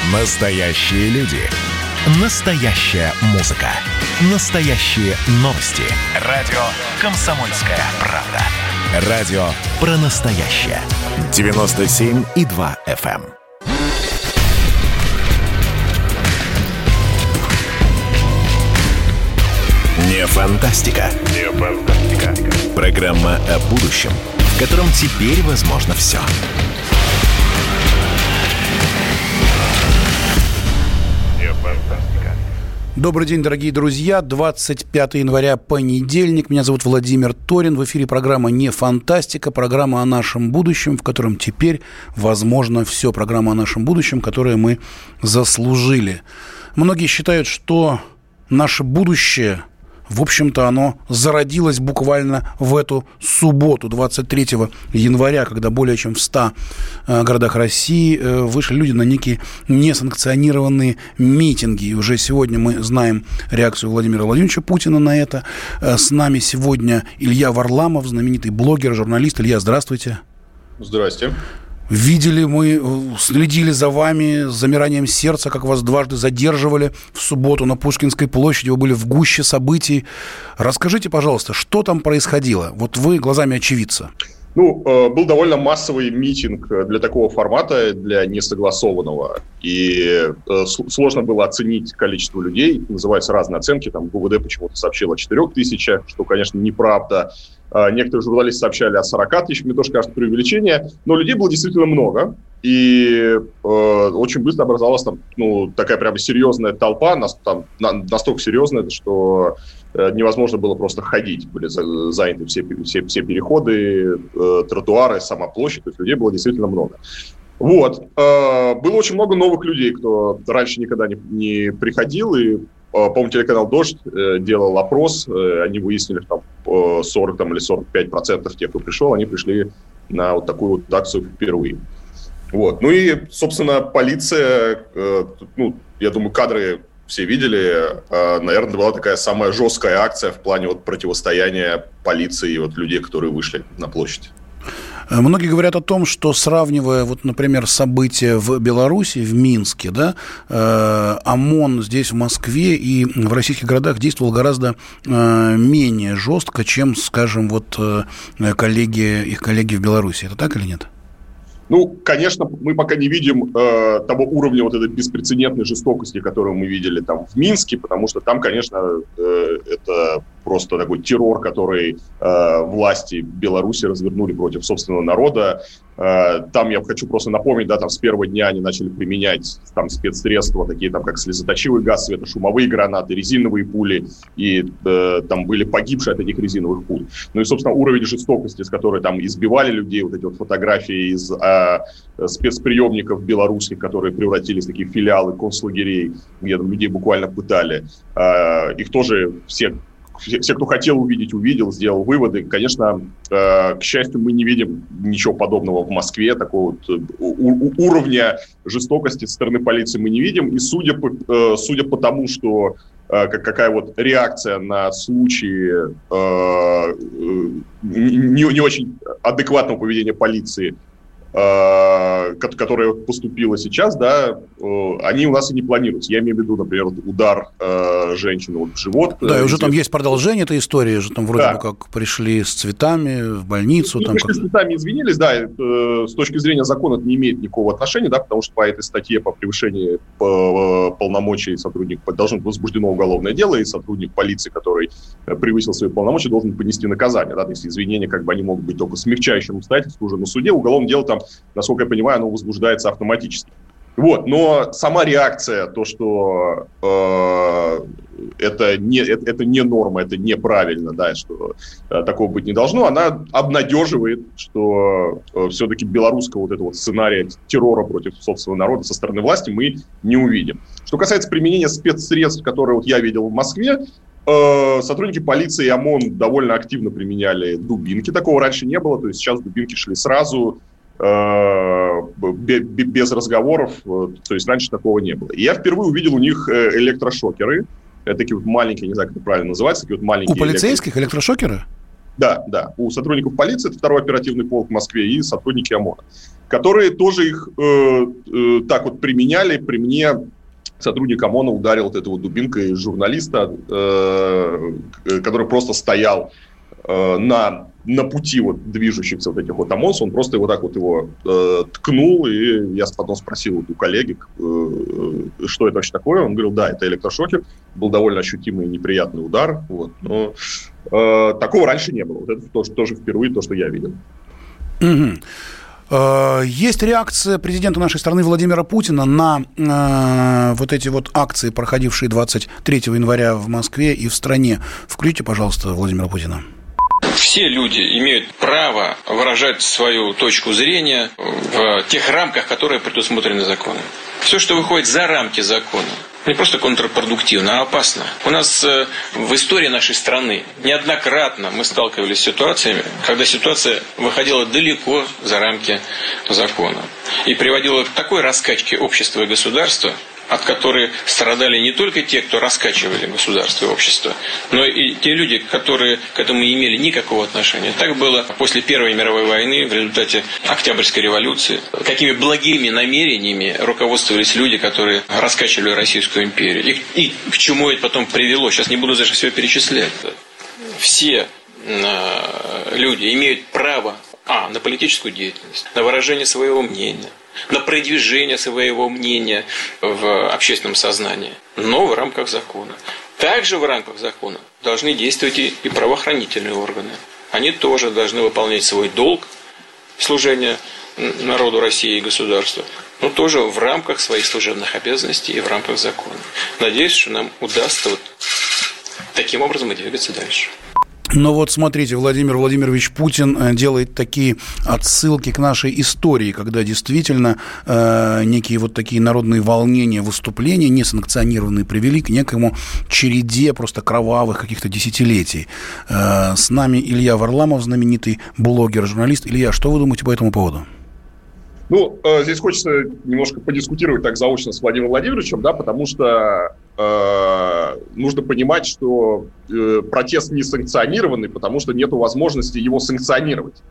Настоящие люди. Настоящая музыка. Настоящие новости. Радио «Комсомольская правда». Радио про настоящее. 97,2 FM. Не фантастика. Не фантастика. Программа о будущем, в котором теперь возможно все. Добрый день, дорогие друзья. 25 января, понедельник. Меня зовут Владимир Торин. В эфире программа «Не фантастика», программа о нашем будущем, в котором теперь возможно все. Программа о нашем будущем, которое мы заслужили. Многие считают, что наше будущее, в общем-то, оно зародилось буквально в эту субботу, 23 января, когда более чем в 100 городах России вышли люди на некие несанкционированные митинги. И уже сегодня мы знаем реакцию Владимира Владимировича Путина на это. С нами сегодня Илья Варламов, знаменитый блогер, журналист. Илья, здравствуйте. Здрасте. Видели мы, следили за вами с замиранием сердца, как вас дважды задерживали в субботу на Пушкинской площади. Вы были в гуще событий. Расскажите, пожалуйста, что там происходило? Вот вы глазами очевидца. Был довольно массовый митинг для такого формата, для несогласованного. И сложно было оценить количество людей. Называются разные оценки. Там ГУВД почему-то сообщил о 4 тысячах, что, конечно, неправда. Некоторые журналисты сообщали о 40 тысячах. Мне тоже кажется преувеличение. Но людей было действительно много. И очень быстро образовалась там, такая прямо серьезная толпа. Настолько серьезная, что невозможно было просто ходить. Были заняты все переходы, тротуары, сама площадь. То есть людей было действительно много. Вот. Было очень много новых людей, кто раньше никогда не приходил. И, по-моему, телеканал «Дождь» делал опрос. Они выяснили, что там 40 или 45% тех, кто пришел, они пришли на вот такую вот акцию впервые. Вот. Ну и, собственно, полиция, я думаю, кадры все видели, наверное, была такая самая жесткая акция в плане вот противостояния полиции и вот людей, которые вышли на площадь. Многие говорят о том, что, сравнивая, вот, например, события в Беларуси, в Минске, да, ОМОН здесь, в Москве и в российских городах действовал гораздо менее жестко, чем, скажем, вот их коллеги в Беларуси. Это так или нет? Конечно, мы пока не видим того уровня вот этой беспрецедентной жестокости, которую мы видели там в Минске, потому что там, конечно, это просто такой террор, который власти Беларуси развернули против собственного народа. Там я хочу просто напомнить, да, там с первого дня они начали применять там спецсредства, такие там как слезоточивый газ, светошумовые гранаты, резиновые пули, и там были погибшие от этих резиновых пуль. Ну и, собственно, уровень жестокости, с которой там избивали людей, вот эти вот фотографии из спецприемников белорусских, которые превратились в такие филиалы концлагерей, где там людей буквально пытали. Их тоже все, кто хотел увидеть, увидел, сделал выводы. Конечно, к счастью, мы не видим ничего подобного в Москве, такого вот уровня жестокости со стороны полиции мы не видим. И судя по тому, что какая вот реакция на случаи не очень адекватного поведения полиции, которая поступила сейчас, да, они у нас и не планируются. Я имею в виду, например, удар женщины в живот. Да, и уже там есть продолжение этой истории, уже там вроде бы как пришли с цветами в больницу. Пришли с цветами, извинились, да, с точки зрения закона это не имеет никакого отношения, да, потому что по этой статье по превышению полномочий сотрудника должно быть возбуждено уголовное дело, и сотрудник полиции, который превысил свои полномочия, должен понести наказание, да, то есть извинения как бы они могут быть только смягчающим обстоятельством уже на суде, уголовное дело там, насколько я понимаю, оно возбуждается автоматически. Вот, но сама реакция, то, что это не норма, это неправильно, да, что такого быть не должно, она обнадеживает, что все-таки белорусского вот этого сценария террора против собственного народа со стороны власти мы не увидим. Что касается применения спецсредств, которые вот я видел в Москве, сотрудники полиции и ОМОН довольно активно применяли дубинки, такого раньше не было, то есть сейчас дубинки шли сразу, без разговоров, то есть раньше такого не было. И я впервые увидел у них электрошокеры, такие вот маленькие, не знаю, как это правильно называется, такие вот маленькие. У полицейских электрошокеры? Да, у сотрудников полиции, это второй оперативный полк в Москве, и сотрудники ОМОНа, которые тоже их так вот применяли. При мне сотрудник ОМОНа ударил вот этой вот дубинкой журналиста, который просто стоял на пути вот движущихся вот этих вот ОМОНцев, он просто вот так вот его ткнул, и я потом спросил у коллеги, что это вообще такое. Он говорил, да, это электрошокер, был довольно ощутимый и неприятный удар, вот, но такого раньше не было. Вот это тоже впервые то, что я видел. Есть реакция президента нашей страны Владимира Путина на вот эти вот акции, проходившие 23 января в Москве и в стране. Включите, пожалуйста, Владимира Путина. Все люди имеют право выражать свою точку зрения в тех рамках, которые предусмотрены законом. Все, что выходит за рамки закона, не просто контрпродуктивно, а опасно. У нас в истории нашей страны неоднократно мы сталкивались с ситуациями, когда ситуация выходила далеко за рамки закона и приводила к такой раскачке общества и государства, от которой страдали не только те, кто раскачивали государство и общество, но и те люди, которые к этому не имели никакого отношения. Так было после Первой мировой войны, в результате Октябрьской революции. Какими благими намерениями руководствовались люди, которые раскачивали Российскую империю. И к чему это потом привело. Сейчас не буду даже все перечислять. Все люди имеют право на политическую деятельность, на выражение своего мнения, на продвижение своего мнения в общественном сознании, но в рамках закона. Также в рамках закона должны действовать и правоохранительные органы. Они тоже должны выполнять свой долг служения народу России и государству, но тоже в рамках своих служебных обязанностей и в рамках закона. Надеюсь, что нам удастся вот таким образом и двигаться дальше. Но вот смотрите, Владимир Владимирович Путин делает такие отсылки к нашей истории, когда действительно некие вот такие народные волнения, выступления несанкционированные привели к некому череде просто кровавых каких-то десятилетий. С нами Илья Варламов, знаменитый блогер, журналист. Илья, что вы думаете по этому поводу? Ну, здесь хочется немножко подискутировать так заочно с Владимиром Владимировичем, да, потому что нужно понимать, что протест не санкционированный, потому что нет возможности его санкционировать.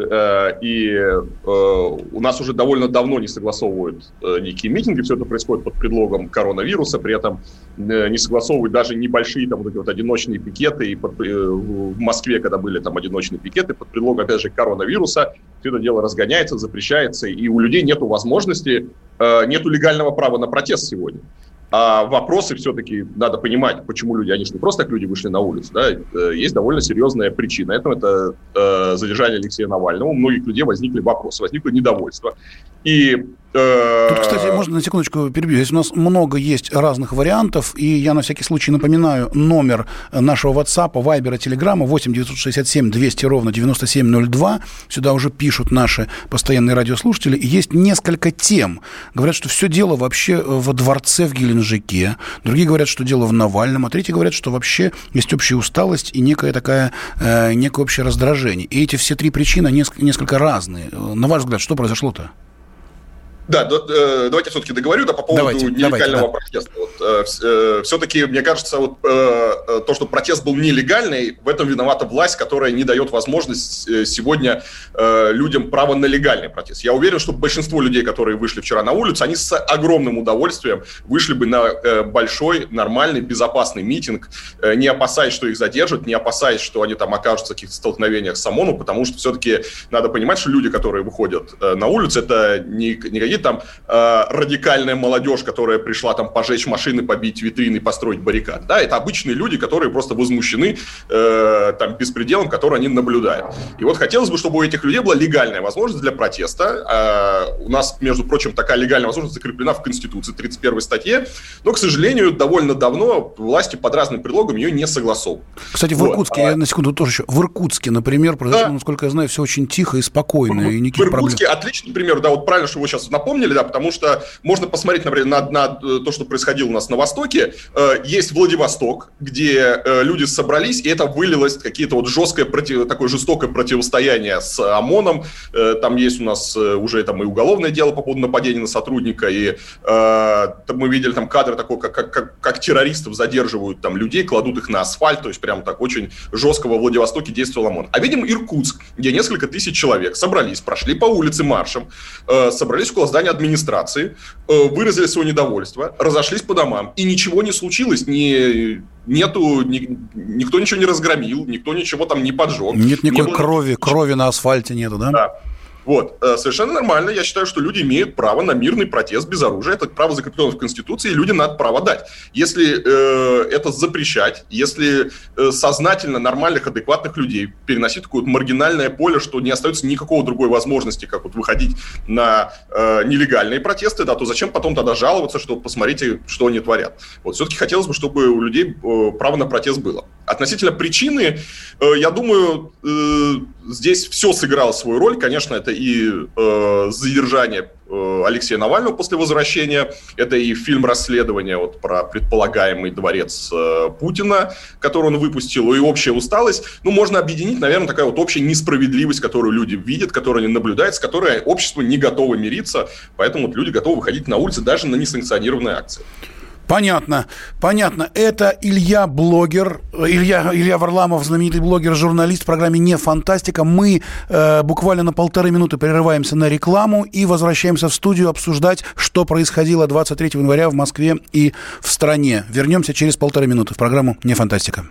И у нас уже довольно давно не согласовывают некие митинги, все это происходит под предлогом коронавируса, при этом не согласовывают даже небольшие там вот эти вот одиночные пикеты, и в Москве, когда были там одиночные пикеты, под предлогом, опять же, коронавируса, все это дело разгоняется, запрещается, и у людей нету возможности, нету легального права на протест сегодня. А вопросы все-таки надо понимать, почему люди, они же не просто так люди вышли на улицу, да, есть довольно серьезная причина этому, это задержание Алексея Навального, у многих людей возникли вопросы, возникло недовольство. И тут, кстати, можно на секундочку перебью. Здесь у нас много есть разных вариантов, и я на всякий случай напоминаю номер нашего WhatsApp, Viber, Telegram 8-967-200-97-02. Сюда уже пишут наши постоянные радиослушатели. И есть несколько тем. Говорят, что все дело вообще во дворце в Геленджике. Другие говорят, что дело в Навальном. А третьи говорят, что вообще есть общая усталость и некое общее раздражение. И эти все три причины несколько разные. На ваш взгляд, что произошло-то? Да, давайте все-таки договорю, по поводу нелегального протеста. Вот, все-таки, мне кажется, вот, то, что протест был нелегальный, в этом виновата власть, которая не дает возможность сегодня людям права на легальный протест. Я уверен, что большинство людей, которые вышли вчера на улицу, они с огромным удовольствием вышли бы на большой, нормальный, безопасный митинг, не опасаясь, что их задержат, не опасаясь, что они там окажутся в каких-то столкновениях с ОМОНом, потому что все-таки надо понимать, что люди, которые выходят на улицу, это не какие там радикальная молодежь, которая пришла там пожечь машины, побить витрины, построить баррикады. Да, это обычные люди, которые просто возмущены там беспределом, который они наблюдают. И вот хотелось бы, чтобы у этих людей была легальная возможность для протеста. У нас, между прочим, такая легальная возможность закреплена в Конституции, 31 статье, но, к сожалению, довольно давно власти под разным предлогом ее не согласовывают. Кстати, в Иркутске, я на секунду тоже еще, в Иркутске, например, произошло, насколько я знаю, все очень тихо и спокойно, и никаких проблем. В Иркутске отличный пример, да, вот правильно, что вы сейчас напомнили, напомнили, да, потому что можно посмотреть, например, на то, что происходило у нас на Востоке. Есть Владивосток, где люди собрались, и это вылилось в какие-то вот такое жестокое противостояние с ОМОНом. Там есть у нас уже там и уголовное дело по поводу нападения на сотрудника, и мы видели там кадры такой, как террористов задерживают там людей, кладут их на асфальт, то есть прям так очень жестко во Владивостоке действовал ОМОН. А видим Иркутск, где несколько тысяч человек собрались, прошли по улице маршем, собрались около здания администрации, выразили свое недовольство, разошлись по домам, и ничего не случилось, никто ничего не разгромил, никто ничего там не поджег. Нет никакой крови на асфальте нету, да? Да. Вот, совершенно нормально. Я считаю, что люди имеют право на мирный протест без оружия. Это право закреплено в Конституции, и людям надо право дать. Если это запрещать, если сознательно нормальных, адекватных людей переносить такое вот маргинальное поле, что не остается никакой другой возможности, как вот выходить на нелегальные протесты, да, то зачем потом тогда жаловаться, что посмотрите, что они творят. Вот все-таки хотелось бы, чтобы у людей право на протест было. Относительно причины, я думаю, здесь все сыграло свою роль. Конечно, это и задержание Алексея Навального после возвращения, это и фильм расследования вот про предполагаемый дворец Путина, который он выпустил, и общая усталость. Ну, можно объединить, наверное, такая вот общая несправедливость, которую люди видят, которую они наблюдают, с которой общество не готово мириться, поэтому вот люди готовы выходить на улицы даже на несанкционированные акции. Понятно. Это Илья Блогер, Илья Варламов, знаменитый блогер, журналист в программе «Не фантастика». Мы буквально на 1,5 минуты прерываемся на рекламу и возвращаемся в студию обсуждать, что происходило 23 января в Москве и в стране. Вернемся через 1,5 минуты в программу «Не фантастика».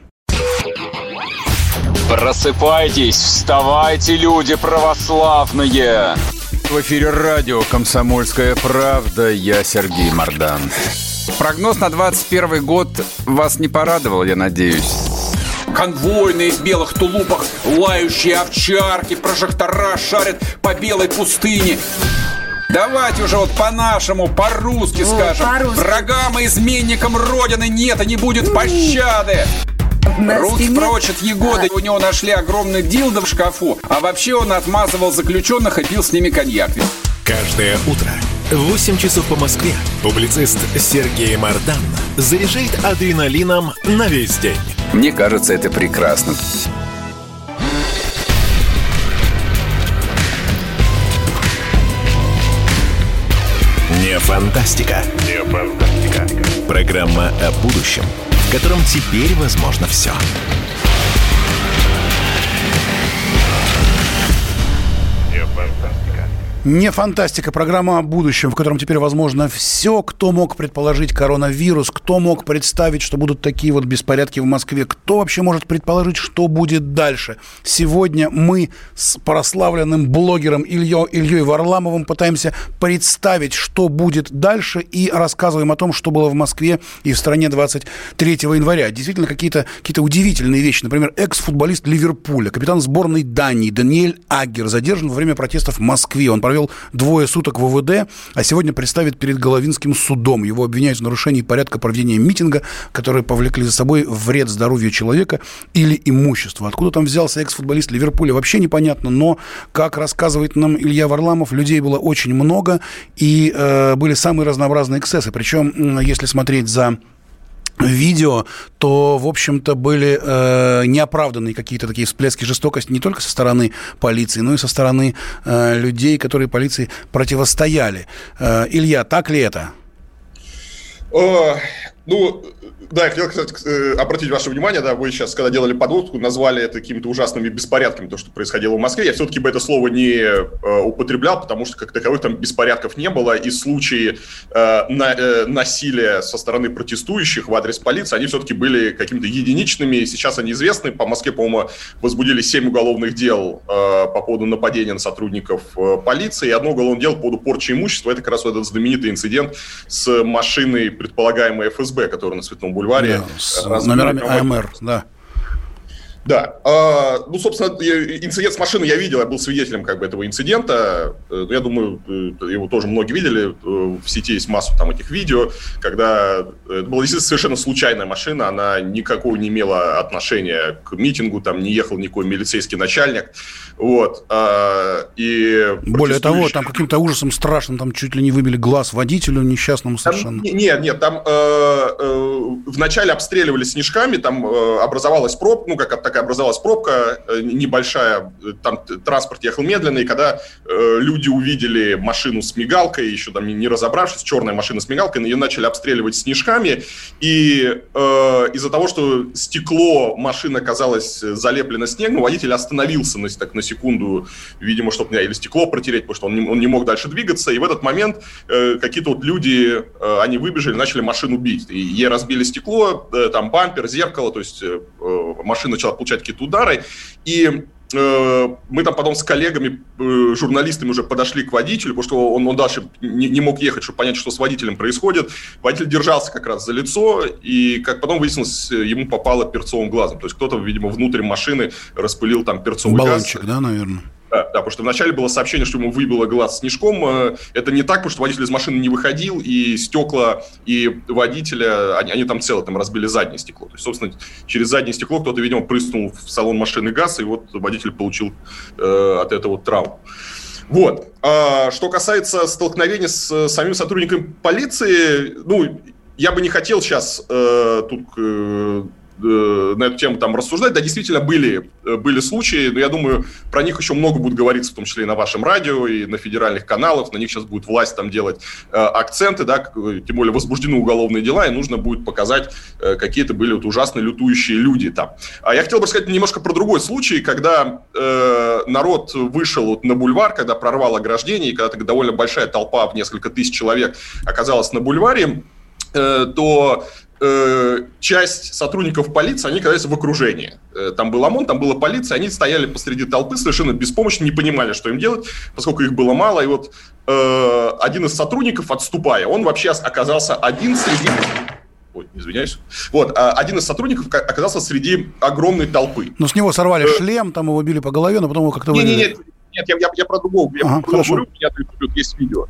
Просыпайтесь, вставайте, люди православные! В эфире радио «Комсомольская правда». Я Сергей Мордан. Прогноз на 21 год вас не порадовал, я надеюсь. Конвойные в белых тулупах, лающие овчарки, прожектора шарят по белой пустыне. Давайте уже вот по-нашему, по-русски скажем. По-русски. Врагам и изменникам Родины нет и не будет пощады. Руки прочь от Егоды. У него нашли огромный дилдо в шкафу. А вообще он отмазывал заключенных и пил с ними коньяк. Каждое утро в 8 часов по Москве публицист Сергей Мордан заряжает адреналином на весь день. Мне кажется, это прекрасно. Не фантастика. Не фантастика. Программа о будущем, в котором теперь возможно все. Не фантастика, программа о будущем, в котором теперь возможно все. Кто мог предположить коронавирус, кто мог представить, что будут такие вот беспорядки в Москве, кто вообще может предположить, что будет дальше. Сегодня мы с прославленным блогером Ильей Варламовым пытаемся представить, что будет дальше, и рассказываем о том, что было в Москве и в стране 23 января. Действительно, какие-то удивительные вещи. Например, экс-футболист Ливерпуля, капитан сборной Дании Даниэль Аггер задержан во время протестов в Москве. Он провел 2 суток в ОВД, а сегодня представит перед Головинским судом. Его обвиняют в нарушении порядка проведения митинга, которые повлекли за собой вред здоровью человека или имуществу. Откуда там взялся экс-футболист Ливерпуля, вообще непонятно, но, как рассказывает нам Илья Варламов, людей было очень много, и были самые разнообразные эксцессы. Причем, если смотреть за видео, то, в общем-то, были неоправданные какие-то такие всплески жестокости не только со стороны полиции, но и со стороны людей, которые полиции противостояли. Илья, так ли это? Да, я хотел, кстати, обратить ваше внимание, да, вы сейчас, когда делали подводку, назвали это какими-то ужасными беспорядками, то, что происходило в Москве. Я все-таки бы это слово не употреблял, потому что, как таковых, там беспорядков не было, и случаи насилия со стороны протестующих в адрес полиции, они все-таки были какими-то единичными, и сейчас они известны. По Москве, по-моему, возбудили 7 уголовных дел по поводу нападения на сотрудников полиции, и 1 уголовное дело по поводу порчи имущества. Это как раз вот этот знаменитый инцидент с машиной, предполагаемой ФСБ, которая на Цветном бульваре. Да, с номерами АМР, да. Да. Ну, собственно, инцидент с машиной я видел, я был свидетелем этого инцидента. Я думаю, его тоже многие видели. В сети есть массу там этих видео, когда это была действительно совершенно случайная машина, она никакого не имела отношения к митингу, там не ехал никакой милицейский начальник. Вот. И более того, там каким-то ужасом страшным, там чуть ли не выбили глаз водителю несчастному совершенно. Нет, там вначале обстреливали снежками, там образовалась пробка, такая образовалась пробка небольшая, там транспорт ехал медленно, и когда люди увидели машину с мигалкой, еще там не разобравшись, черная машина с мигалкой, ее начали обстреливать снежками, и из-за того, что стекло машины оказалось залеплено снегом, водитель остановился на секунду, видимо, чтобы или стекло протереть, потому что он не мог дальше двигаться, и в этот момент какие-то люди, они выбежали, начали машину бить, и ей разбили стекло, там бампер, зеркало, то есть машина начала получать какие-то удары, и мы там потом с коллегами, журналистами уже подошли к водителю, потому что он дальше не мог ехать, чтобы понять, что с водителем происходит. Водитель держался как раз за лицо, и, как потом выяснилось, ему попало перцовым глазом. То есть кто-то, видимо, внутрь машины распылил там перцовый баллончик, газ. Да, наверное? Да, потому что вначале было сообщение, что ему выбило глаз снежком. Это не так, потому что водитель из машины не выходил, и стекла, и водителя, они там целые, там разбили заднее стекло. То есть, собственно, через заднее стекло кто-то, видимо, прыснул в салон машины газ, и вот водитель получил от этого травму. Вот. Что касается столкновения с самим сотрудником полиции, я бы не хотел сейчас тут на эту тему там рассуждать. Да, действительно, были случаи, но я думаю, про них еще много будет говориться, в том числе и на вашем радио, и на федеральных каналах. На них сейчас будет власть там делать акценты, да, тем более возбуждены уголовные дела, и нужно будет показать, какие-то были вот ужасные лютующие люди там. А я хотел бы сказать немножко про другой случай, когда народ вышел вот на бульвар, когда прорвало ограждение, и когда довольно большая толпа в несколько тысяч человек оказалась на бульваре, то часть сотрудников полиции, они оказались в окружении. Там был ОМОН, там была полиция, они стояли посреди толпы, совершенно беспомощно, не понимали, что им делать, поскольку их было мало. И вот один из сотрудников, отступая, он вообще оказался один среди... Ой, извиняюсь. Вот, один из сотрудников оказался среди огромной толпы. Но с него сорвали шлем, там его били по голове, но потом его как-то вывели. Нет, я про другого. Я про другого, у меня тут есть видео.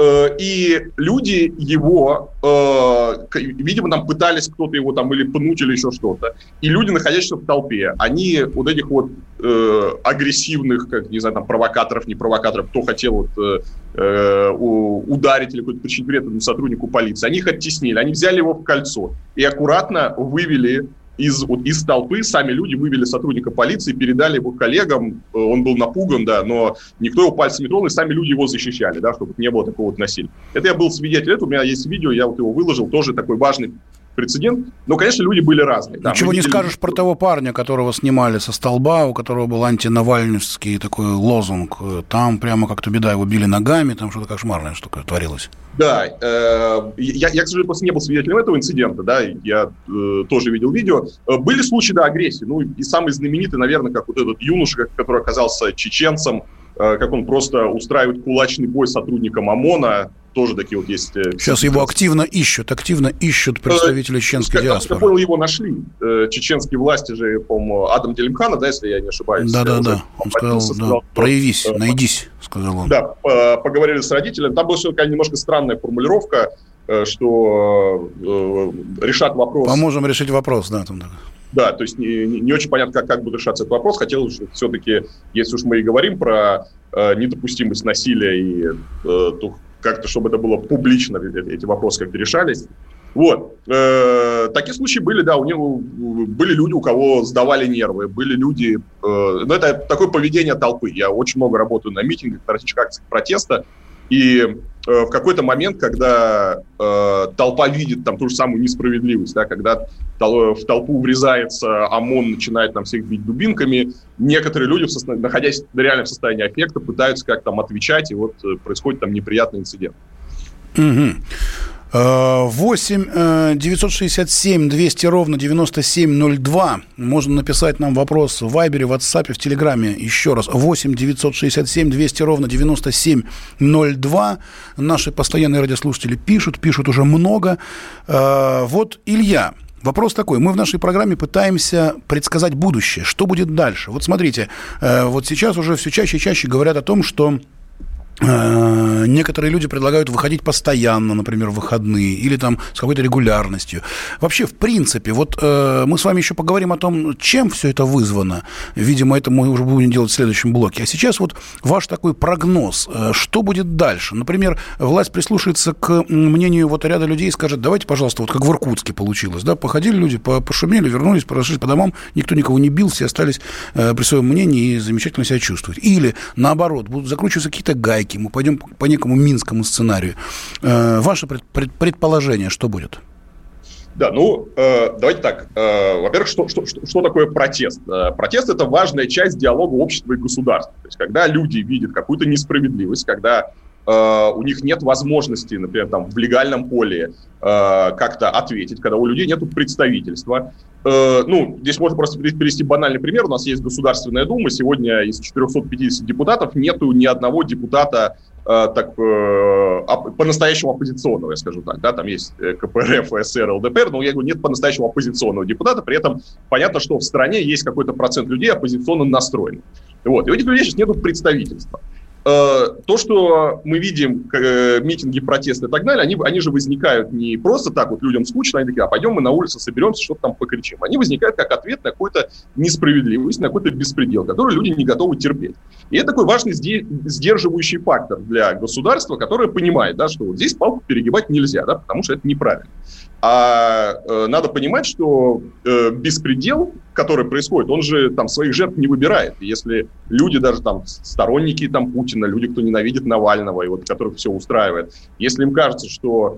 И люди его, видимо, там пытались кто-то его там или пнуть, или еще что-то. И люди, находящиеся в толпе, они вот этих вот агрессивных, как, не знаю, там, провокаторов, не провокаторов, кто хотел вот, ударить или какой-то причинить вред этому сотруднику полиции, они их оттеснили, они взяли его в кольцо и аккуратно вывели из толпы, сами люди вывели сотрудника полиции, передали его коллегам, он был напуган, да, но никто его пальцем не тронул, и сами люди его защищали, да, чтобы не было такого вот насилия. Это я был свидетелем, у меня есть видео, я вот его выложил, тоже такой важный прецедент, но, конечно, люди были разные. Да, ничего не скажешь про того парня, которого снимали со столба, у которого был антинавальневский такой лозунг, там прямо как-то беда, его били ногами, там что-то кошмарное штука творилось. Да, я, к сожалению, просто не был свидетелем этого инцидента, да, я тоже видел видео. Были случаи, да, агрессии, и самый знаменитый, наверное, как вот этот юноша, который оказался чеченцем, как он просто устраивает кулачный бой с сотрудником ОМОНа, тоже такие вот есть... Сейчас его активно ищут представители чеченской диаспоры. Как я понял, его нашли. Чеченские власти же, по-моему, Адам Делимхана, да, если я не ошибаюсь. Да. Он сказал, проявись, найдись, сказал он. Да, поговорили с родителями. Там была немножко странная формулировка, что решат вопрос... Поможем решить вопрос, да. Там, да. Да, то есть не очень понятно, как будет решаться этот вопрос. Хотелось, что все-таки, если уж мы и говорим про недопустимость насилия и то как-то, чтобы это было публично, эти вопросы как-то решались. Вот. Такие случаи были, да, у него были люди, у кого сдавали нервы, были люди... это такое поведение толпы. Я очень много работаю на митингах, на различных акциях протеста, и в какой-то момент, когда толпа видит там ту же самую несправедливость, да, когда в толпу врезается ОМОН, начинает там всех бить дубинками, некоторые люди, находясь реально в состоянии аффекта, пытаются как-то там отвечать, и вот происходит там неприятный инцидент. 8 967 200 ровно 9702. Можно написать нам вопрос в Вайбере, в WhatsApp, в Телеграме. Еще раз. 8 967 200 ровно 9702. Наши постоянные радиослушатели пишут уже много. Вот Илья Вопрос такой. Мы в нашей программе пытаемся предсказать будущее. Что будет дальше? Вот смотрите, вот сейчас уже все чаще и чаще говорят о том, что некоторые люди предлагают выходить постоянно, например, в выходные, или там с какой-то регулярностью. Вообще, в принципе, вот мы с вами еще поговорим о том, чем все это вызвано. Видимо, это мы уже будем делать в следующем блоке. А сейчас вот ваш такой прогноз. Что будет дальше? Например, власть прислушается к мнению вот ряда людей и скажет: давайте, пожалуйста, вот как в Иркутске получилось, да, походили люди, пошумели, вернулись, прошлись по домам, никто никого не бил, все остались при своем мнении и замечательно себя чувствуют. Или, наоборот, будут закручиваться какие-то гайки, мы пойдем по некому минскому сценарию. Ваше предположение, что будет? Да, давайте так. Во-первых, что такое протест? Протест – это важная часть диалога общества и государства. То есть, когда люди видят какую-то несправедливость, когда у них нет возможности, например, там, в легальном поле как-то ответить, когда у людей нет представительства. Здесь можно просто привести банальный пример. У нас есть Государственная Дума. Сегодня из 450 депутатов нету ни одного депутата по-настоящему оппозиционного, я скажу так. Да? Там есть КПРФ, СР, ЛДПР, но я говорю, нет по-настоящему оппозиционного депутата. При этом понятно, что в стране есть какой-то процент людей оппозиционно настроенных. Вот. И у этих людей сейчас нету представительства. То, что мы видим, митинги, протесты и так далее, они же возникают не просто так, вот людям скучно, они такие: а пойдем мы на улицу соберемся, что-то там покричим. Они возникают как ответ на какую-то несправедливость, на какой-то беспредел, который люди не готовы терпеть. И это такой важный сдерживающий фактор для государства, которое понимает, да, что вот здесь палку перегибать нельзя, да, потому что это неправильно. А надо понимать, что беспредел, который происходит, он же там своих жертв не выбирает. И если люди, даже там сторонники там Путина, люди, кто ненавидит Навального и вот которых все устраивает, если им кажется, что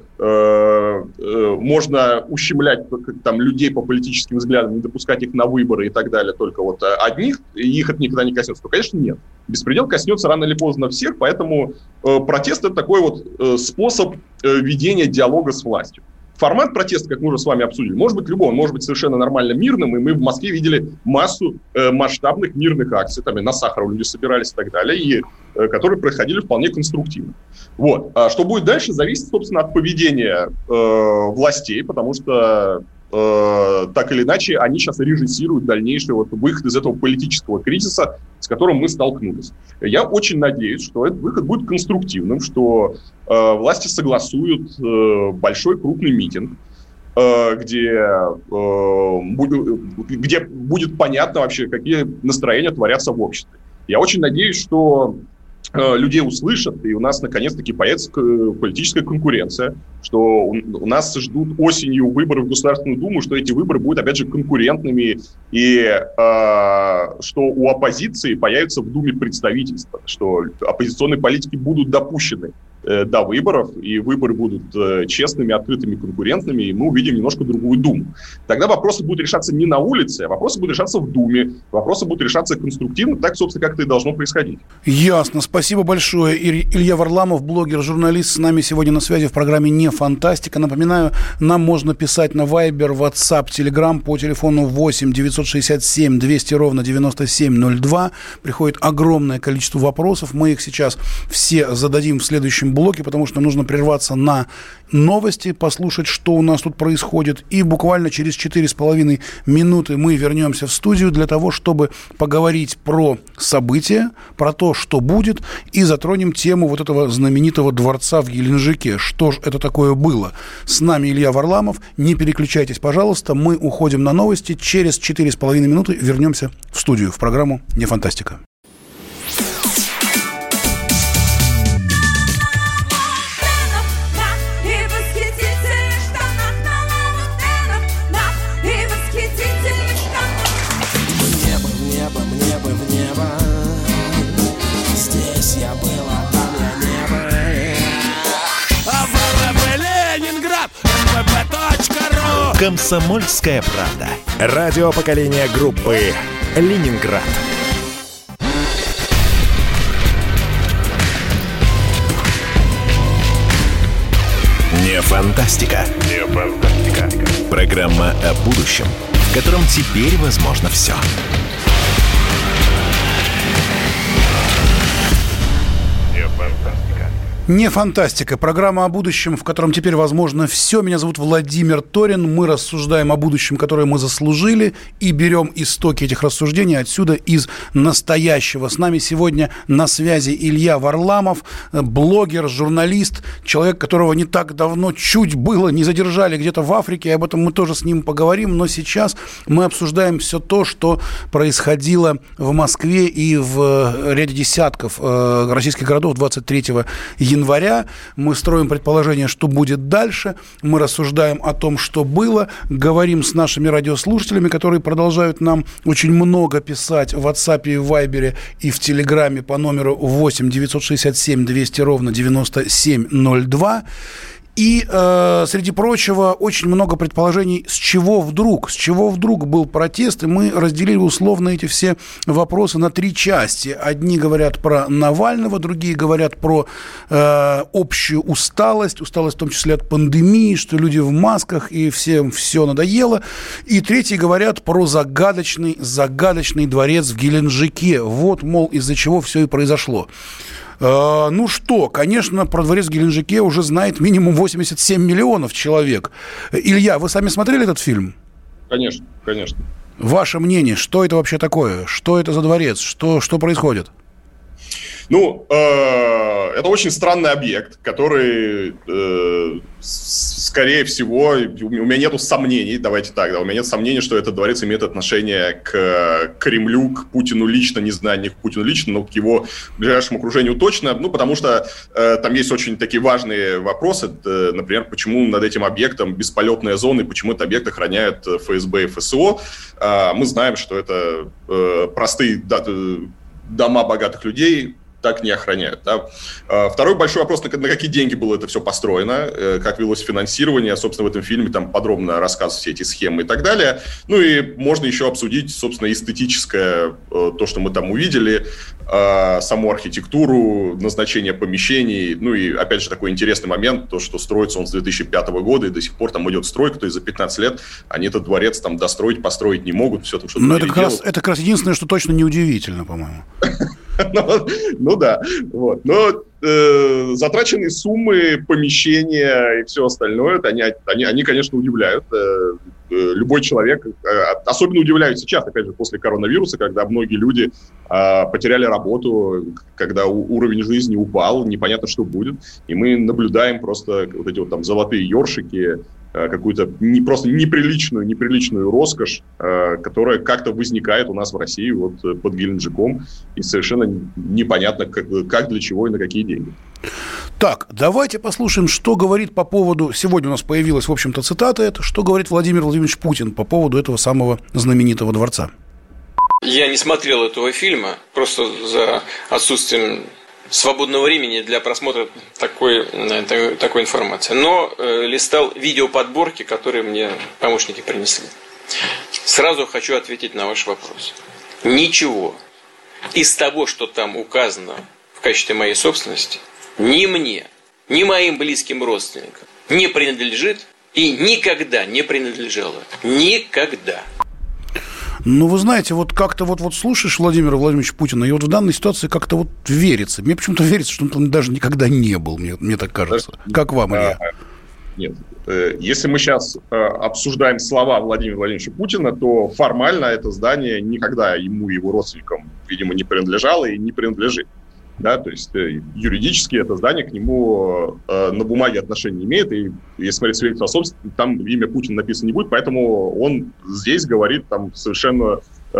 можно ущемлять там людей по политическим взглядам, не допускать их на выборы и так далее, только вот одних, и их это никогда не коснется, то, конечно, нет. Беспредел коснется рано или поздно всех, поэтому протест – это такой вот способ ведения диалога с властью. Формат протеста, как мы уже с вами обсудили, может быть любой, он может быть совершенно нормально мирным, и мы в Москве видели массу масштабных мирных акций, там и на Сахарова люди собирались и так далее, и которые происходили вполне конструктивно. Вот. А что будет дальше, зависит, собственно, от поведения властей, потому что так или иначе они сейчас режиссируют дальнейший вот выход из этого политического кризиса, с которым мы столкнулись. Я очень надеюсь, что этот выход будет конструктивным, что власти согласуют большой крупный митинг, где будет понятно вообще, какие настроения творятся в обществе. Я очень надеюсь, что людей услышат, и у нас наконец-таки появится политическая конкуренция, что у нас ждут осенью выборы в Государственную Думу, что эти выборы будут, опять же, конкурентными, и что у оппозиции появится в Думе представительство, что оппозиционные политики будут допущены до выборов, и выборы будут честными, открытыми, конкурентными, и мы увидим немножко другую Думу. Тогда вопросы будут решаться не на улице, а вопросы будут решаться в Думе, вопросы будут решаться конструктивно, так, собственно, как это и должно происходить. Ясно. Спасибо большое. Илья Варламов, блогер, журналист, с нами сегодня на связи в программе «Не фантастика». Напоминаю, нам можно писать на Viber, WhatsApp, Telegram по телефону 8 967 200 ровно 9702. Приходит огромное количество вопросов. Мы их сейчас все зададим в следующем блоке, потому что нужно прерваться на новости, послушать, что у нас тут происходит. И буквально через 4,5 минуты мы вернемся в студию для того, чтобы поговорить про события, про то, что будет, и затронем тему вот этого знаменитого дворца в Геленджике. Что же это такое было? С нами Илья Варламов. Не переключайтесь, пожалуйста. Мы уходим на новости. Через 4,5 минуты вернемся в студию, в программу «Не фантастика». «Комсомольская правда». Радио поколения группы «Ленинград». Не фантастика. Не фантастика. Программа о будущем, в котором теперь возможно все. Не фантастика. Не фантастика. Программа о будущем, в котором теперь возможно все. Меня зовут Владимир Торин. Мы рассуждаем о будущем, которое мы заслужили, и берем истоки этих рассуждений отсюда, из настоящего. С нами сегодня на связи Илья Варламов, блогер, журналист, человек, которого не так давно чуть было не задержали где-то в Африке. И об этом мы тоже с ним поговорим. Но сейчас мы обсуждаем все то, что происходило в Москве и в ряде десятков российских городов 23 января. Мы строим предположение, что будет дальше. Мы рассуждаем о том, что было. Говорим с нашими радиослушателями, которые продолжают нам очень много писать в WhatsApp и в Viber и в Телеграме по номеру 8 967 200 ровно 9702. И, среди прочего, очень много предположений, с чего вдруг был протест, и мы разделили условно эти все вопросы на три части. Одни говорят про Навального, другие говорят про общую усталость в том числе от пандемии, что люди в масках, и всем все надоело. И третьи говорят про загадочный дворец в Геленджике. Вот, мол, из-за чего все и произошло. Ну что, конечно, про дворец в Геленджике уже знает минимум 87 миллионов человек. Илья, вы сами смотрели этот фильм? Конечно. Ваше мнение, что это вообще такое? Что это за дворец? Что происходит? Ну, это очень странный объект, который, скорее всего, у меня нету сомнений, давайте так, да, у меня нет сомнений, что этот дворец имеет отношение к Кремлю, к Путину лично, не знаю, не к Путину лично, но к его ближайшему окружению точно, ну, потому что там есть очень такие важные вопросы, например, почему над этим объектом бесполетная зона, и почему этот объект охраняют ФСБ и ФСО. Мы знаем, что это простые дома богатых людей так не охраняют. Да? Второй большой вопрос, на какие деньги было это все построено, как велось финансирование. Собственно, в этом фильме там подробно рассказывают все эти схемы и так далее. Ну и можно еще обсудить, собственно, эстетическое, то, что мы там увидели, саму архитектуру, назначение помещений. Ну и, опять же, такой интересный момент, то, что строится он с 2005 года, и до сих пор там идет стройка, то есть за 15 лет они этот дворец там построить не могут. Все там что-то. Но это как раз единственное, что точно неудивительно, по-моему. Ну да, вот. Но затраченные суммы, помещения и все остальное, они, конечно, удивляют. Любой человек, особенно удивляют сейчас, опять же, после коронавируса, когда многие люди потеряли работу, когда уровень жизни упал, непонятно, что будет. И мы наблюдаем просто вот эти вот там золотые ёршики, какую-то просто неприличную роскошь, которая как-то возникает у нас в России вот под Геленджиком, и совершенно непонятно, как для чего и на какие деньги. Так, давайте послушаем, что говорит по поводу... Сегодня у нас появилась, в общем-то, цитата это, что говорит Владимир Владимирович Путин по поводу этого самого знаменитого дворца. Я не смотрел этого фильма, просто за отсутствием свободного времени для просмотра такой информации. Но листал видеоподборки, которые мне помощники принесли. Сразу хочу ответить на ваш вопрос. Ничего из того, что там указано в качестве моей собственности, ни мне, ни моим близким родственникам не принадлежит и никогда не принадлежало. Никогда. Ну, вы знаете, вот как-то вот слушаешь Владимира Владимировича Путина, и вот в данной ситуации как-то вот верится. Мне почему-то верится, что он там даже никогда не был, мне так кажется. Как вам, Илья? Нет. Если мы сейчас обсуждаем слова Владимира Владимировича Путина, то формально это здание никогда ему и его родственникам, видимо, не принадлежало и не принадлежит. Да, то есть юридически это здание к нему на бумаге отношения не имеет, и если смотреть свидетельство о собственности, там имя Путина написано не будет, поэтому он здесь говорит там совершенно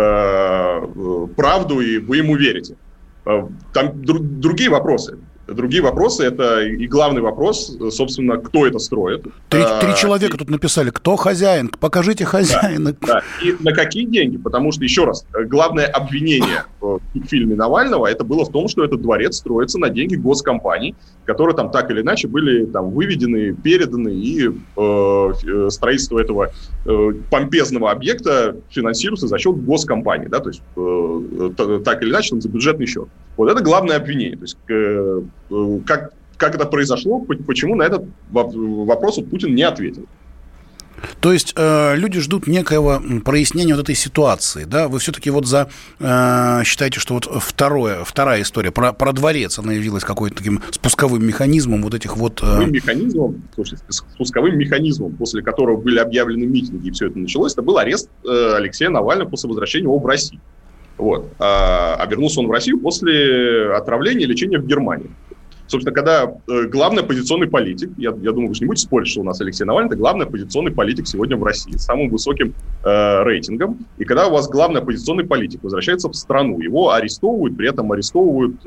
правду, и вы ему верите. Там другие вопросы. Другие вопросы, это и главный вопрос, собственно, кто это строит. Три человека тут написали, кто хозяин, покажите хозяина. Да. И на какие деньги, потому что, еще раз, главное обвинение в фильме Навального, это было в том, что этот дворец строится на деньги госкомпаний, которые там так или иначе были там выведены, переданы, и строительство этого помпезного объекта финансируется за счет госкомпаний, да, то есть так или иначе за бюджетный счет. Вот это главное обвинение. То есть как это произошло, почему на этот вопрос Путин не ответил. То есть люди ждут некоего прояснения вот этой ситуации, да? Вы все-таки вот считаете, что вот вторая история про дворец, она явилась какой-то таким спусковым механизмом вот этих вот... Спусковым механизмом, после которого были объявлены митинги, и все это началось, это был арест Алексея Навального после возвращения его в Россию. Вот. А вернулся он в Россию после отравления и лечения в Германии. Собственно, когда главный оппозиционный политик, я думаю, вы же не будете спорить, что у нас Алексей Навальный, это главный оппозиционный политик сегодня в России с самым высоким рейтингом. И когда у вас главный оппозиционный политик возвращается в страну, его арестовывают, при этом арестовывают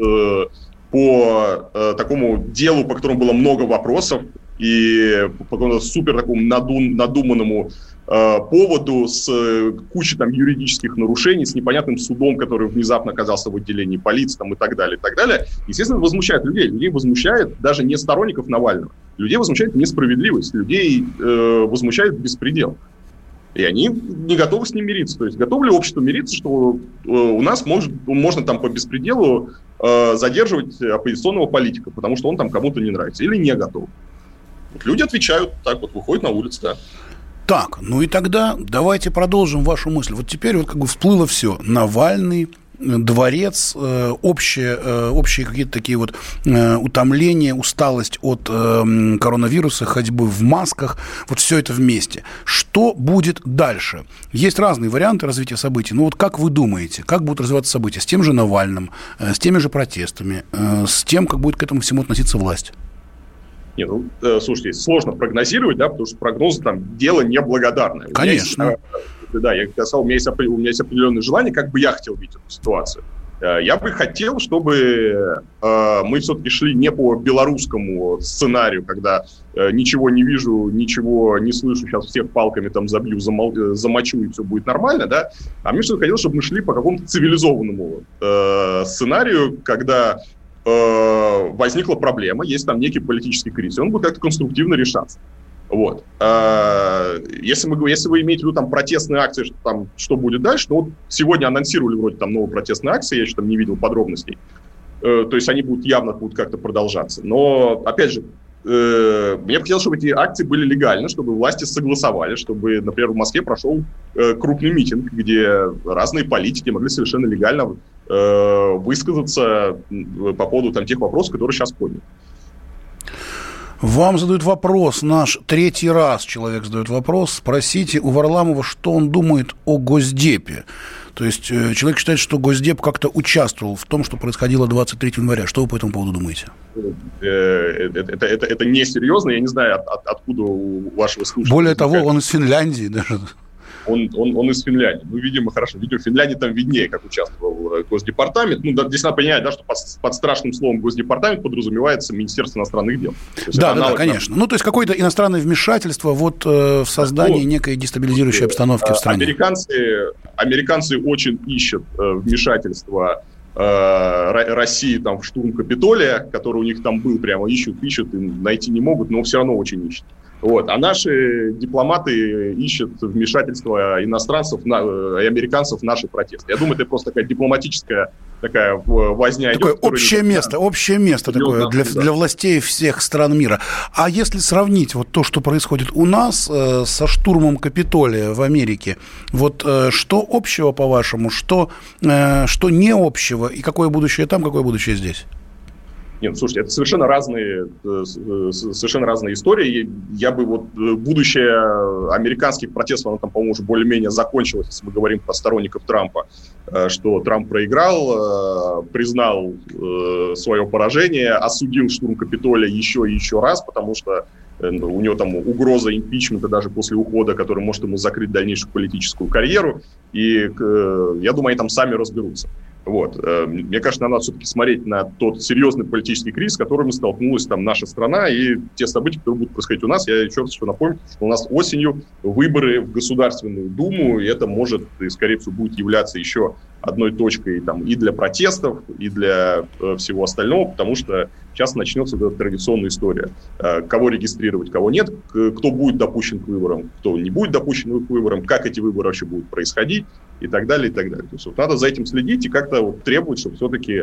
по такому делу, по которому было много вопросов, и по какому-то супер такому надуманному поводу с кучей там юридических нарушений, с непонятным судом, который внезапно оказался в отделении полиции там, и так далее, и так далее. Естественно, возмущает людей. Людей возмущает даже не сторонников Навального. Людей возмущает несправедливость. Людей возмущает беспредел. И они не готовы с ним мириться. То есть готовы ли общество мириться, что у нас можно там по беспределу задерживать оппозиционного политика, потому что он там кому-то не нравится, или не готовы? Вот люди отвечают так вот, выходят на улицу, да. Так, ну и тогда давайте продолжим вашу мысль. Вот теперь вот как бы всплыло все. Навальный, дворец, общие какие-то такие вот утомления, усталость от коронавируса, ходьбы в масках, вот все это вместе. Что будет дальше? Есть разные варианты развития событий. Ну вот как вы думаете, как будут развиваться события? С тем же Навальным, с теми же протестами, с тем, как будет к этому всему относиться власть? Нет, слушайте, сложно прогнозировать, да, потому что прогнозы там дело неблагодарное. Конечно. Да, я сказал, у меня есть определенное желание, как бы я хотел видеть эту ситуацию. Я бы хотел, чтобы мы все-таки шли не по белорусскому сценарию, когда ничего не вижу, ничего не слышу, сейчас всех палками там забью, замочу, и все будет нормально, да. А мне все-таки хотелось, чтобы мы шли по какому-то цивилизованному сценарию, когда возникла проблема, есть там некий политический кризис, он будет как-то конструктивно решаться. Вот. Если вы имеете в виду там протестные акции, что будет дальше, ну вот сегодня анонсировали вроде там новые протестные акции, я еще там не видел подробностей. То есть они явно будут как-то продолжаться. Но, опять же, мне бы хотелось, чтобы эти акции были легальны, чтобы власти согласовали, чтобы, например, в Москве прошел крупный митинг, где разные политики могли совершенно легально высказаться по поводу там, тех вопросов, которые сейчас подняты. Вам задают вопрос, наш третий раз человек задает вопрос. Спросите у Варламова, что он думает о Госдепе. То есть человек считает, что Госдеп как-то участвовал в том, что происходило 23 января. Что вы по этому поводу думаете? Это несерьезно. Я не знаю, откуда у вашего слушателя. Более того, он из Финляндии даже. Он из Финляндии. Ну, видимо, хорошо. Видимо, в Финляндии там виднее, как участвовал Госдепартамент. Ну, да, здесь надо понять, да, что под страшным словом Госдепартамент подразумевается Министерство иностранных дел. Да, конечно. Ну, то есть какое-то иностранное вмешательство вот в создании некой дестабилизирующей обстановки в стране. Американцы очень ищут вмешательство России там в штурм Капитолия, который у них там был, прямо ищут и найти не могут, но все равно очень ищут. Вот. А наши дипломаты ищут вмешательство иностранцев и американцев в наши протесты. Я думаю, это просто такая дипломатическая возня. Такое общее место такое для властей всех стран мира. А если сравнить вот то, что происходит у нас со штурмом Капитолия в Америке, вот что общего, по-вашему, что не общего, и какое будущее там, какое будущее здесь? Нет, слушайте, это совершенно разные истории. Я бы будущее американских протестов, оно там, по-моему, уже более-менее закончилось, если мы говорим про сторонников Трампа, что Трамп проиграл, признал свое поражение, осудил штурм Капитолия еще и еще раз, потому что у него там угроза импичмента даже после ухода, который может ему закрыть дальнейшую политическую карьеру. И я думаю, они там сами разберутся. Вот. Мне кажется, надо все-таки смотреть на тот серьезный политический кризис, с которым столкнулась там наша страна, и те события, которые будут происходить у нас. Я еще раз напомню, что у нас осенью выборы в Государственную Думу, и это может, и, скорее всего, будет являться еще одной точкой там, и для протестов, и для всего остального, потому что сейчас начнется эта традиционная история. Кого регистрировать, кого нет, кто будет допущен к выборам, кто не будет допущен к выборам, как эти выборы вообще будут происходить, и так далее, и так далее. То есть надо за этим следить и как-то требовать, чтобы все-таки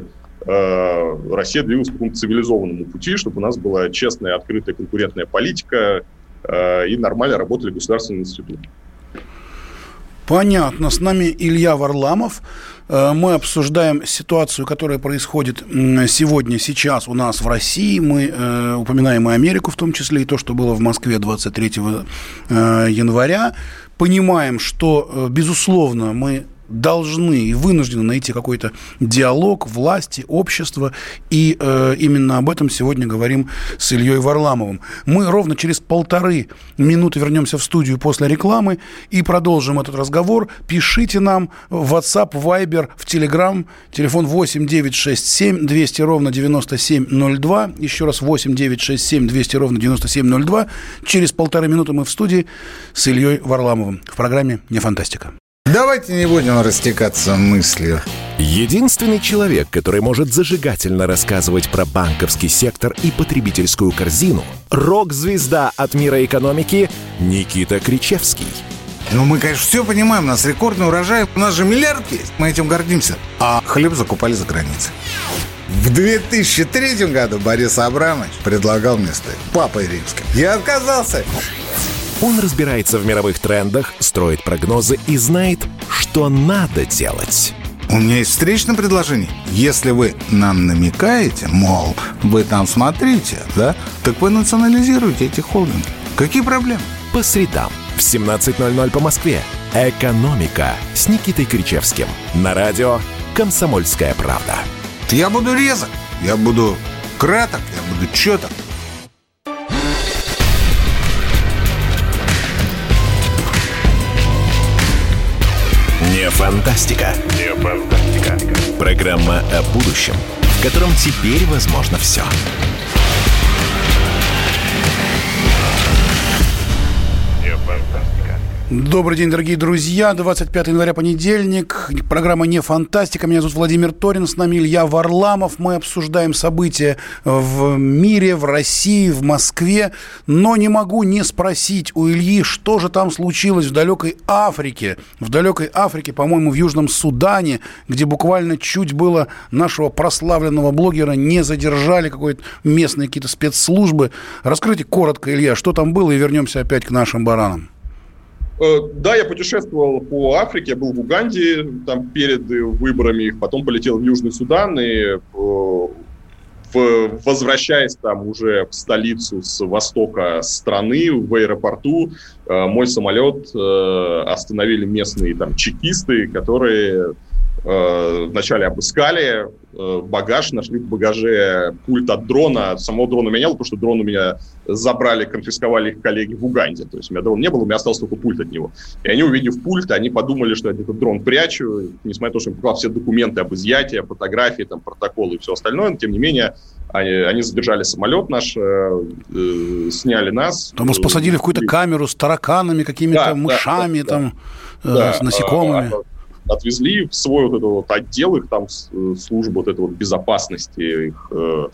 Россия двигалась по какому-то цивилизованному пути, чтобы у нас была честная, открытая, конкурентная политика, и нормально работали государственные институты. Понятно. С нами Илья Варламов. Мы обсуждаем ситуацию, которая происходит сегодня, сейчас у нас в России. Мы упоминаем и Америку, в том числе и то, что было в Москве 23 января. Понимаем, что, безусловно, мы должны и вынуждены найти какой-то диалог власти, общества, и именно об этом сегодня говорим с Ильей Варламовым. Мы ровно через 1,5 минуты вернемся в студию после рекламы и продолжим этот разговор. Пишите нам в WhatsApp, Viber, в Telegram, телефон 8 967 200 ровно 9702, еще раз 8 967 200 ровно 9702. Через 1,5 минуты мы в студии с Ильей Варламовым в программе «Не фантастика». Давайте не будем растекаться мыслью. Единственный человек, который может зажигательно рассказывать про банковский сектор и потребительскую корзину – рок-звезда от мира экономики Никита Кричевский. Ну, мы, конечно, все понимаем, у нас рекордный урожай, у нас же миллиард есть, мы этим гордимся. А хлеб закупали за границей. В 2003 году Борис Абрамович предлагал мне стать папой римским. Я отказался. Он разбирается в мировых трендах, строит прогнозы и знает, что надо делать. У меня есть встречное предложение. Если вы нам намекаете, мол, вы там смотрите, да, так вы национализируете эти холдинги. Какие проблемы? По средам в 17:00 по Москве. «Экономика» с Никитой Кричевским. На радио «Комсомольская правда». Я буду резок, я буду краток, я буду чёток. Не фантастика. Не фантастика. Программа о будущем, в котором теперь возможно все. Добрый день, дорогие друзья. 25 января, понедельник. Программа «Не фантастика». Меня зовут Владимир Торин. С нами Илья Варламов. Мы обсуждаем события в мире, в России, в Москве. Но не могу не спросить у Ильи, что же там случилось в далекой Африке. В далекой Африке, по-моему, в Южном Судане, где буквально чуть было нашего прославленного блогера не задержали, какой-то местные какие-то спецслужбы. Раскройте коротко, Илья, что там было, и вернемся опять к нашим баранам. Да, я путешествовал по Африке, я был в Уганде там перед выборами, потом полетел в Южный Судан и, возвращаясь там уже в столицу с востока страны, в аэропорту, мой самолет остановили местные там чекисты, которые вначале обыскали багаж, нашли в багаже пульт от дрона. Самого дрона у меня не было, потому что дрон у меня забрали, конфисковали их коллеги в Уганде. То есть у меня дрона не было, у меня остался только пульт от него. И они, увидев пульт, они подумали, что я этот дрон прячу, несмотря на то, что я показал все документы об изъятии, фотографии, там, протоколы и все остальное. Но, тем не менее, они задержали самолет наш, сняли нас. Там нас посадили в какую-то камеру с тараканами, какими-то мышами, с насекомыми. Отвезли в свой вот этот вот отдел, их там службу вот этой вот безопасности их,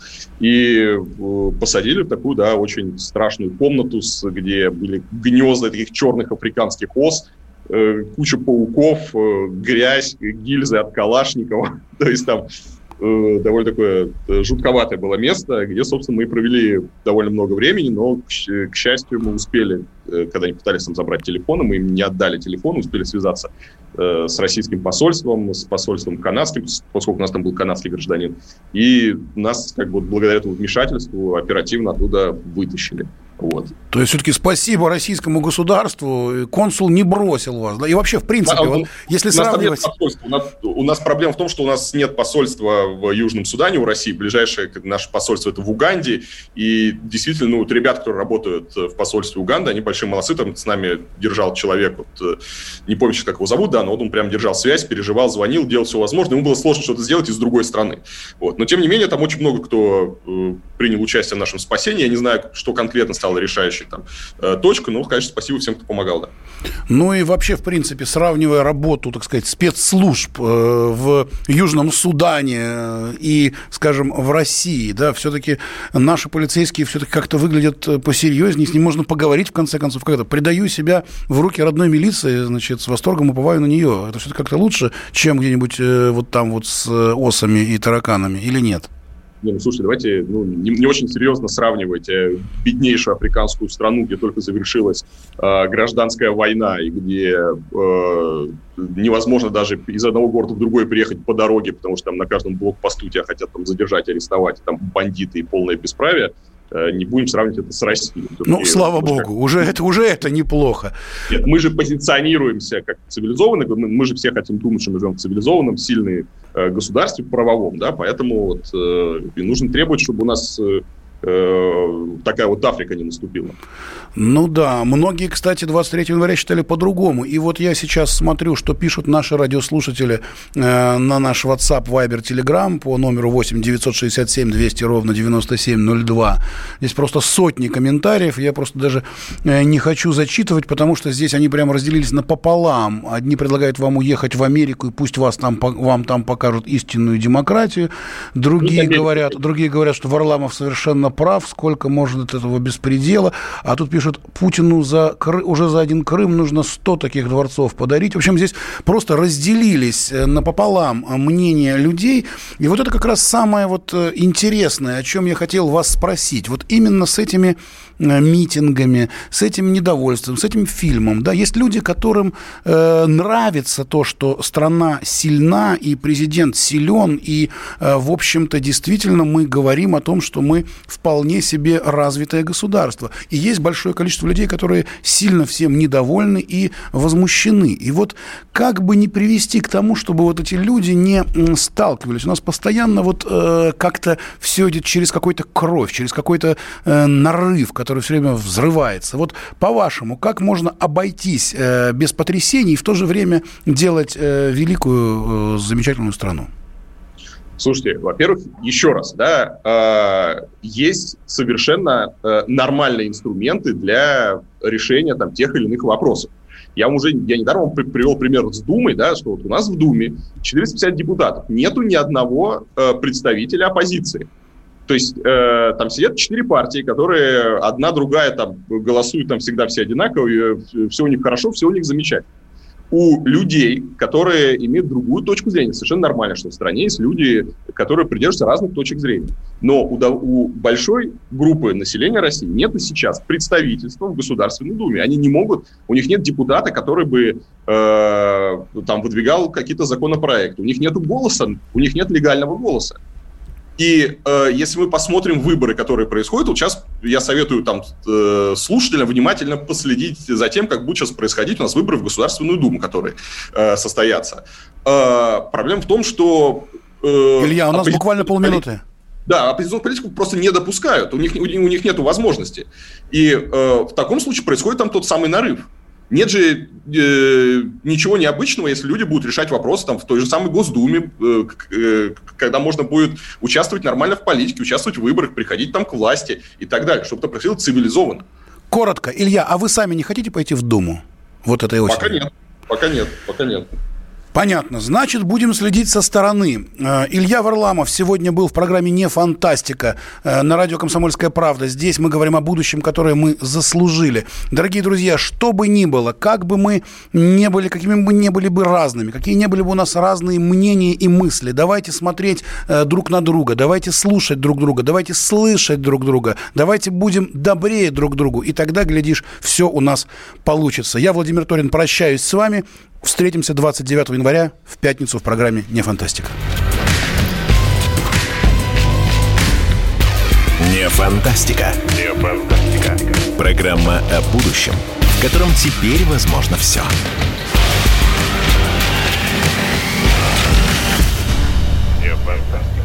и посадили в такую, да, очень страшную комнату, где были гнезда таких черных африканских ос, куча пауков, грязь, гильзы от Калашникова. То есть там довольно такое жутковатое было место, где, собственно, мы провели довольно много времени, но, к счастью, мы успели, когда они пытались там забрать телефоны, мы им не отдали телефон, успели связаться с российским посольством, с посольством канадским, поскольку у нас там был канадский гражданин, и нас, как бы, благодаря этому вмешательству оперативно оттуда вытащили. Вот. То есть, все-таки спасибо российскому государству, консул не бросил вас, да? И вообще, в принципе, вот, если сравнивать... У нас проблема в том, что у нас нет посольства в Южном Судане у России, ближайшее наше посольство это в Уганде, и действительно, ну, вот ребята, которые работают в посольстве Уганды, они большие молодцы, там с нами держал человек, вот, не помню сейчас, как его зовут, да, но вот он прям держал связь, переживал, звонил, делал все возможное, ему было сложно что-то сделать из другой страны. Вот. Но, тем не менее, там очень много кто принял участие в нашем спасении, я не знаю, что конкретно стало решающей там точкой, но, конечно, спасибо всем, кто помогал, да. Ну и вообще, в принципе, сравнивая работу, так сказать, спецслужб в Южном Судане и, скажем, в России, да, все-таки наши полицейские все-таки как-то выглядят посерьезнее, с ним можно поговорить, в конце концов, как-то предаю себя в руки родной милиции, значит, с восторгом уповаю на нее. Это все-таки как-то лучше, чем где-нибудь вот там вот с осами и тараканами, или нет? слушайте, давайте не очень серьезно сравнивать беднейшую африканскую страну, где только завершилась гражданская война, и где невозможно даже из одного города в другой приехать по дороге, потому что там на каждом блокпосту тебя хотят там задержать, арестовать, там бандиты и полное бесправие. Не будем сравнивать это с Россией. Слава богу, уже это неплохо. Нет, мы же позиционируемся как цивилизованные, мы же все хотим думать, что мы живем в цивилизованном, сильном государстве правовом, да, поэтому и нужно требовать, чтобы у нас такая вот Африка не наступила. Ну да, многие, кстати, 23 января считали по-другому. И вот я сейчас смотрю, что пишут наши радиослушатели на наш WhatsApp, Viber, Telegram по номеру 8 967 200 ровно 9702. Здесь просто сотни комментариев. Я просто даже не хочу зачитывать, потому что здесь они прямо разделились напополам. Одни предлагают вам уехать в Америку, и пусть вам там покажут истинную демократию. Другие говорят, что Варламов совершенно прав, сколько может этого беспредела. А тут пишут, Путину уже за один Крым нужно 100 таких дворцов подарить. В общем, здесь просто разделились напополам мнения людей. И вот это как раз самое вот интересное, о чем я хотел вас спросить. Вот именно с этими митингами, с этим недовольством, с этим фильмом. Да, есть люди, которым нравится то, что страна сильна и президент силен, и, в общем-то, действительно мы говорим о том, что мы вполне себе развитое государство. И есть большое количество людей, которые сильно всем недовольны и возмущены. И вот как бы не привести к тому, чтобы вот эти люди не сталкивались. У нас постоянно вот как-то все идет через какую-то кровь, через какой-то нарыв, который все время взрывается. Вот по-вашему, как можно обойтись без потрясений и в то же время делать великую, замечательную страну? Слушайте, во-первых, еще раз, да, есть совершенно нормальные инструменты для решения там тех или иных вопросов. Я недаром вам привел пример с Думой, да, что вот у нас в Думе 450 депутатов, нету ни одного представителя оппозиции. То есть там сидят 4 партии, которые одна, другая там голосуют, там всегда все одинаковые, все у них хорошо, все у них замечательно. У людей, которые имеют другую точку зрения, совершенно нормально, что в стране есть люди, которые придерживаются разных точек зрения. Но у большой группы населения России нет сейчас представительства в Государственной Думе. Они не могут, у них нет депутата, который бы там выдвигал какие-то законопроекты. У них нет голоса, у них нет легального голоса. И если мы посмотрим выборы, которые происходят, вот сейчас я советую там слушателям внимательно последить за тем, как будет сейчас происходить у нас выборы в Государственную Думу, которые состоятся. Проблема в том, что... Илья, у нас буквально полминуты. Да, оппозиционную политику просто не допускают, у них нет возможности. И в таком случае происходит там тот самый нарыв. Нет же ничего необычного, если люди будут решать вопросы там, в той же самой Госдуме, когда можно будет участвовать нормально в политике, участвовать в выборах, приходить там к власти и так далее, чтобы это происходило цивилизованно. Коротко. Илья, а вы сами не хотите пойти в Думу вот этой осенью? Пока нет. Понятно. Значит, будем следить со стороны. Илья Варламов сегодня был в программе «Не фантастика» на радио «Комсомольская правда». Здесь мы говорим о будущем, которое мы заслужили. Дорогие друзья, что бы ни было, как бы мы ни были, какими бы ни были бы разными, какие ни были бы у нас разные мнения и мысли, давайте смотреть друг на друга, давайте слушать друг друга, давайте слышать друг друга, давайте будем добрее друг к другу, и тогда, глядишь, все у нас получится. Я, Владимир Торин, прощаюсь с вами. Встретимся 29 января в пятницу в программе «Не фантастика». Не фантастика. Не фантастика. Программа о будущем, в котором теперь возможно все.